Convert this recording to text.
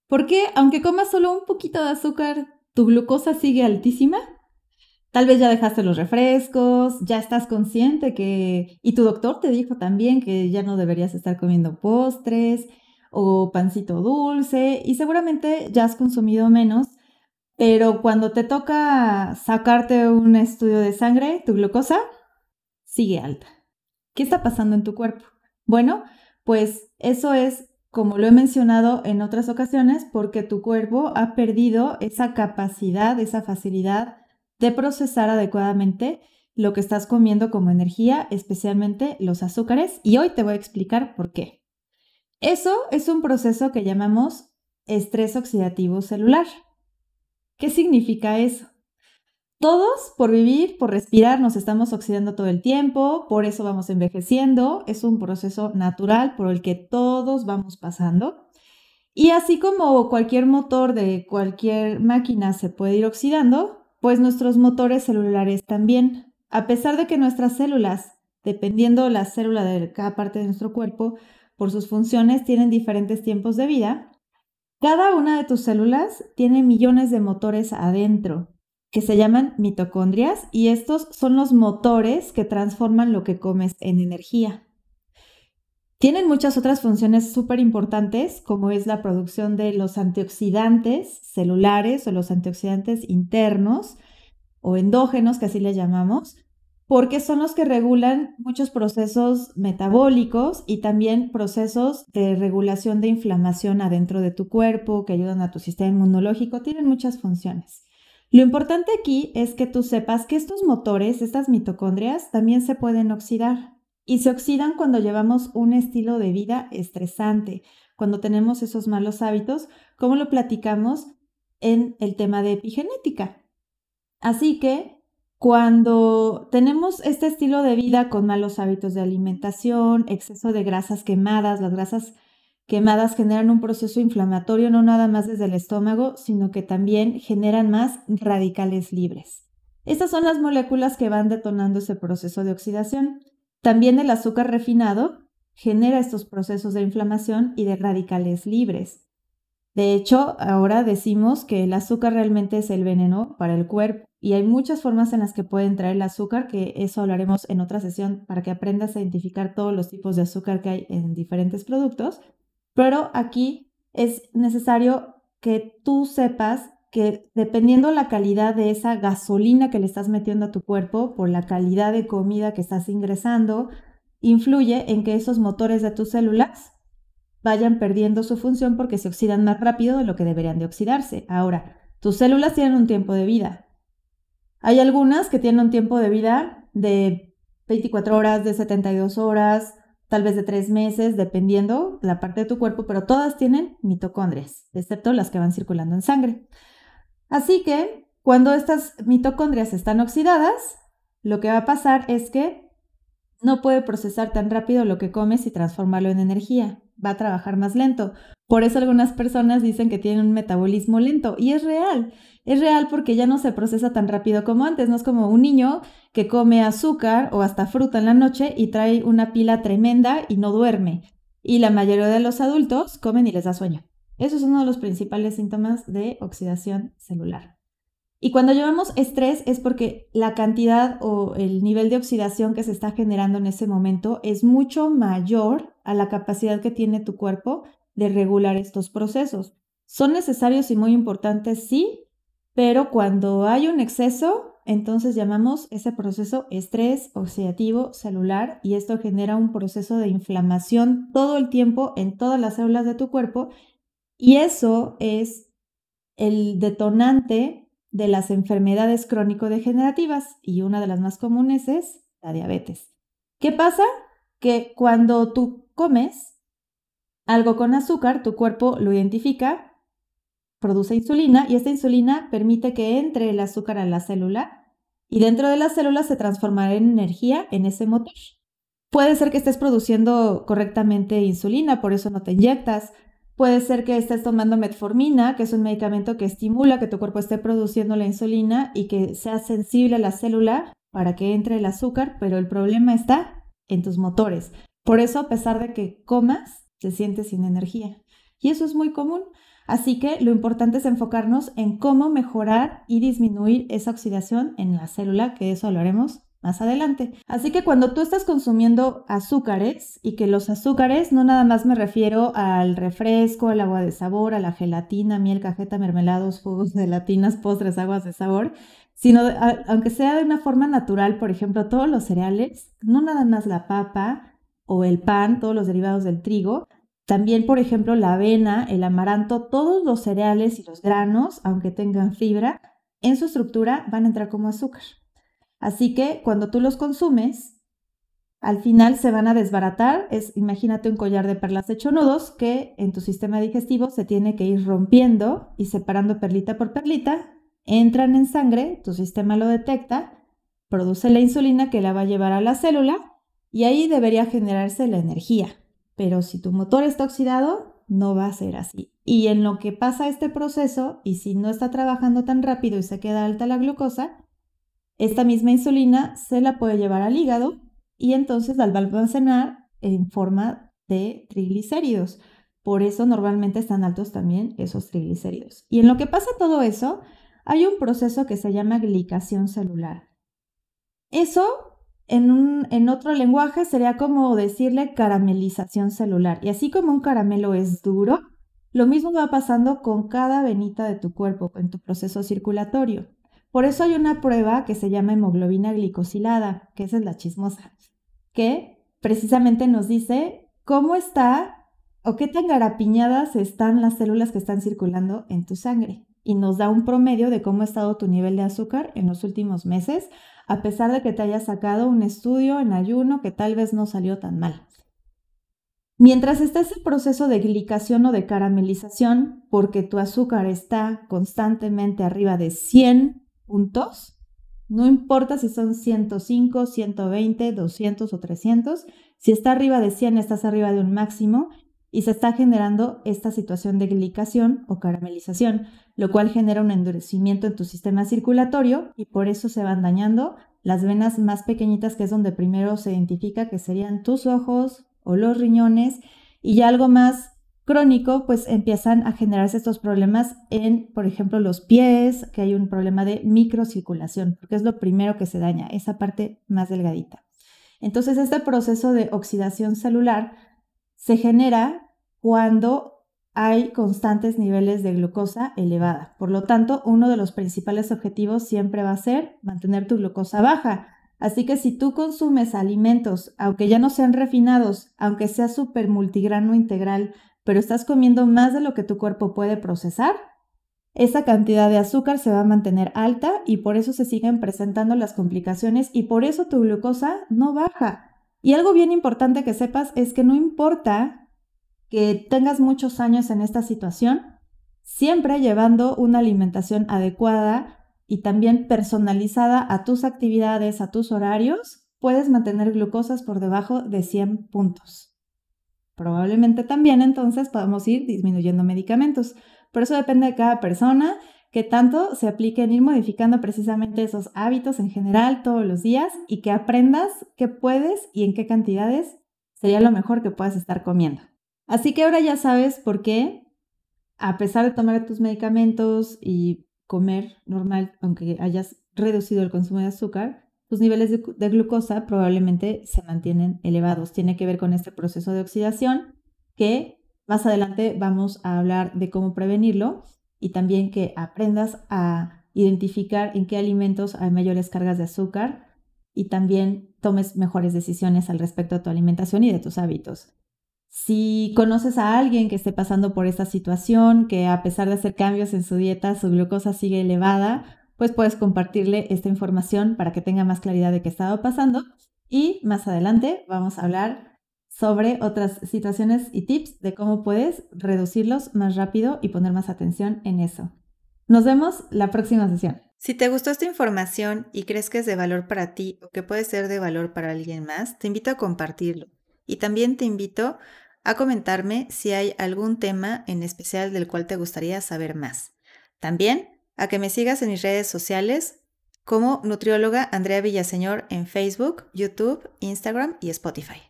Porque aunque comas solo un poquito de azúcar, tu glucosa sigue altísima. Tal vez ya dejaste los refrescos, ya estás consciente y tu doctor te dijo también que ya no deberías estar comiendo postres o pancito dulce y seguramente ya has consumido menos, pero cuando te toca sacarte un estudio de sangre, tu glucosa sigue alta. ¿Qué está pasando en tu cuerpo? Bueno, pues eso es, como lo he mencionado en otras ocasiones, porque tu cuerpo ha perdido esa capacidad, esa facilidad de procesar adecuadamente lo que estás comiendo como energía, especialmente los azúcares, y hoy te voy a explicar por qué. Eso es un proceso que llamamos estrés oxidativo celular. ¿Qué significa eso? Todos, por vivir, por respirar, nos estamos oxidando todo el tiempo, por eso vamos envejeciendo, es un proceso natural por el que todos vamos pasando. Y así como cualquier motor de cualquier máquina se puede ir oxidando, pues nuestros motores celulares también. A pesar de que nuestras células, dependiendo la célula de cada parte de nuestro cuerpo, por sus funciones tienen diferentes tiempos de vida, cada una de tus células tiene millones de motores adentro, que se llaman mitocondrias, y estos son los motores que transforman lo que comes en energía. Tienen muchas otras funciones súper importantes, como es la producción de los antioxidantes celulares o los antioxidantes internos o endógenos, que así les llamamos, porque son los que regulan muchos procesos metabólicos y también procesos de regulación de inflamación adentro de tu cuerpo, que ayudan a tu sistema inmunológico, tienen muchas funciones. Lo importante aquí es que tú sepas que estos motores, estas mitocondrias, también se pueden oxidar y se oxidan cuando llevamos un estilo de vida estresante, cuando tenemos esos malos hábitos, como lo platicamos en el tema de epigenética. Así que cuando tenemos este estilo de vida con malos hábitos de alimentación, exceso de grasas quemadas, las grasas quemadas generan un proceso inflamatorio no nada más desde el estómago, sino que también generan más radicales libres. Estas son las moléculas que van detonando ese proceso de oxidación. También el azúcar refinado genera estos procesos de inflamación y de radicales libres. De hecho, ahora decimos que el azúcar realmente es el veneno para el cuerpo y hay muchas formas en las que puede entrar el azúcar, que eso hablaremos en otra sesión para que aprendas a identificar todos los tipos de azúcar que hay en diferentes productos, pero aquí es necesario que tú sepas que dependiendo la calidad de esa gasolina que le estás metiendo a tu cuerpo, por la calidad de comida que estás ingresando, influye en que esos motores de tus células vayan perdiendo su función porque se oxidan más rápido de lo que deberían de oxidarse. Ahora, tus células tienen un tiempo de vida. Hay algunas que tienen un tiempo de vida de 24 horas, de 72 horas, tal vez de 3 meses, dependiendo la parte de tu cuerpo, pero todas tienen mitocondrias, excepto las que van circulando en sangre. Así que cuando estas mitocondrias están oxidadas, lo que va a pasar es que no puede procesar tan rápido lo que comes y transformarlo en energía. Va a trabajar más lento. Por eso algunas personas dicen que tienen un metabolismo lento y es real. Es real porque ya no se procesa tan rápido como antes. No es como un niño que come azúcar o hasta fruta en la noche y trae una pila tremenda y no duerme. Y la mayoría de los adultos comen y les da sueño. Eso es uno de los principales síntomas de oxidación celular. Y cuando llevamos estrés es porque la cantidad o el nivel de oxidación que se está generando en ese momento es mucho mayor a la capacidad que tiene tu cuerpo de regular estos procesos. Son necesarios y muy importantes, sí, pero cuando hay un exceso, entonces llamamos ese proceso estrés oxidativo celular y esto genera un proceso de inflamación todo el tiempo en todas las células de tu cuerpo y eso es el detonante de las enfermedades crónico-degenerativas y una de las más comunes es la diabetes. ¿Qué pasa? Que cuando tú comes algo con azúcar, tu cuerpo lo identifica, produce insulina y esta insulina permite que entre el azúcar a la célula y dentro de la célula se transformará en energía en ese motor. Puede ser que estés produciendo correctamente insulina, por eso no te inyectas. Puede ser que estés tomando metformina, que es un medicamento que estimula que tu cuerpo esté produciendo la insulina y que sea sensible a la célula para que entre el azúcar, pero el problema está en tus motores. Por eso, a pesar de que comas, te sientes sin energía. Y eso es muy común. Así que lo importante es enfocarnos en cómo mejorar y disminuir esa oxidación en la célula, que eso lo haremos más adelante. Así que cuando tú estás consumiendo azúcares, y que los azúcares no nada más me refiero al refresco, al agua de sabor, a la gelatina, miel, cajeta, mermelados, jugos, gelatinas, postres, aguas de sabor, sino aunque sea de una forma natural, por ejemplo, todos los cereales, no nada más la papa o el pan, todos los derivados del trigo, también, por ejemplo, la avena, el amaranto, todos los cereales y los granos, aunque tengan fibra, en su estructura van a entrar como azúcar. Así que cuando tú los consumes, al final se van a desbaratar. Imagínate un collar de perlas hecho nudos que en tu sistema digestivo se tiene que ir rompiendo y separando perlita por perlita. Entran en sangre, tu sistema lo detecta, produce la insulina que la va a llevar a la célula y ahí debería generarse la energía. Pero si tu motor está oxidado, no va a ser así. Y en lo que pasa este proceso, y si no está trabajando tan rápido y se queda alta la glucosa, esta misma insulina se la puede llevar al hígado y entonces la va a almacenar en forma de triglicéridos. Por eso normalmente están altos también esos triglicéridos. Y en lo que pasa todo eso, hay un proceso que se llama glicación celular. Eso en otro lenguaje sería como decirle caramelización celular. Y así como un caramelo es duro, lo mismo va pasando con cada venita de tu cuerpo en tu proceso circulatorio. Por eso hay una prueba que se llama hemoglobina glicosilada, que esa es la chismosa, que precisamente nos dice cómo está o qué tan garapiñadas están las células que están circulando en tu sangre. Y nos da un promedio de cómo ha estado tu nivel de azúcar en los últimos meses, a pesar de que te hayas sacado un estudio en ayuno que tal vez no salió tan mal. Mientras está ese proceso de glicación o de caramelización, porque tu azúcar está constantemente arriba de 100 puntos, no importa si son 105, 120, 200 o 300, si está arriba de 100 estás arriba de un máximo y se está generando esta situación de glicación o caramelización, lo cual genera un endurecimiento en tu sistema circulatorio y por eso se van dañando las venas más pequeñitas, que es donde primero se identifica que serían tus ojos o los riñones, y ya algo más crónico, pues empiezan a generarse estos problemas en, por ejemplo, los pies, que hay un problema de microcirculación, porque es lo primero que se daña, esa parte más delgadita. Entonces, este proceso de oxidación celular se genera cuando hay constantes niveles de glucosa elevada. Por lo tanto, uno de los principales objetivos siempre va a ser mantener tu glucosa baja. Así que si tú consumes alimentos, aunque ya no sean refinados, aunque sea súper multigrano integral, pero estás comiendo más de lo que tu cuerpo puede procesar, esa cantidad de azúcar se va a mantener alta y por eso se siguen presentando las complicaciones y por eso tu glucosa no baja. Y algo bien importante que sepas es que no importa que tengas muchos años en esta situación, siempre llevando una alimentación adecuada y también personalizada a tus actividades, a tus horarios, puedes mantener glucosas por debajo de 100 puntos. Probablemente también entonces podamos ir disminuyendo medicamentos, pero eso depende de cada persona, que tanto se apliquen ir modificando precisamente esos hábitos en general todos los días y que aprendas qué puedes y en qué cantidades sería lo mejor que puedas estar comiendo. Así que ahora ya sabes por qué, a pesar de tomar tus medicamentos y comer normal, aunque hayas reducido el consumo de azúcar, tus niveles de glucosa probablemente se mantienen elevados. Tiene que ver con este proceso de oxidación que más adelante vamos a hablar de cómo prevenirlo y también que aprendas a identificar en qué alimentos hay mayores cargas de azúcar y también tomes mejores decisiones al respecto de tu alimentación y de tus hábitos. Si conoces a alguien que esté pasando por esta situación, que a pesar de hacer cambios en su dieta, su glucosa sigue elevada, pues puedes compartirle esta información para que tenga más claridad de qué estaba pasando. Y más adelante vamos a hablar sobre otras situaciones y tips de cómo puedes reducirlos más rápido y poner más atención en eso. Nos vemos la próxima sesión. Si te gustó esta información y crees que es de valor para ti o que puede ser de valor para alguien más, te invito a compartirlo. Y también te invito a comentarme si hay algún tema en especial del cual te gustaría saber más. También a que me sigas en mis redes sociales como nutrióloga Andrea Villaseñor en Facebook, YouTube, Instagram y Spotify.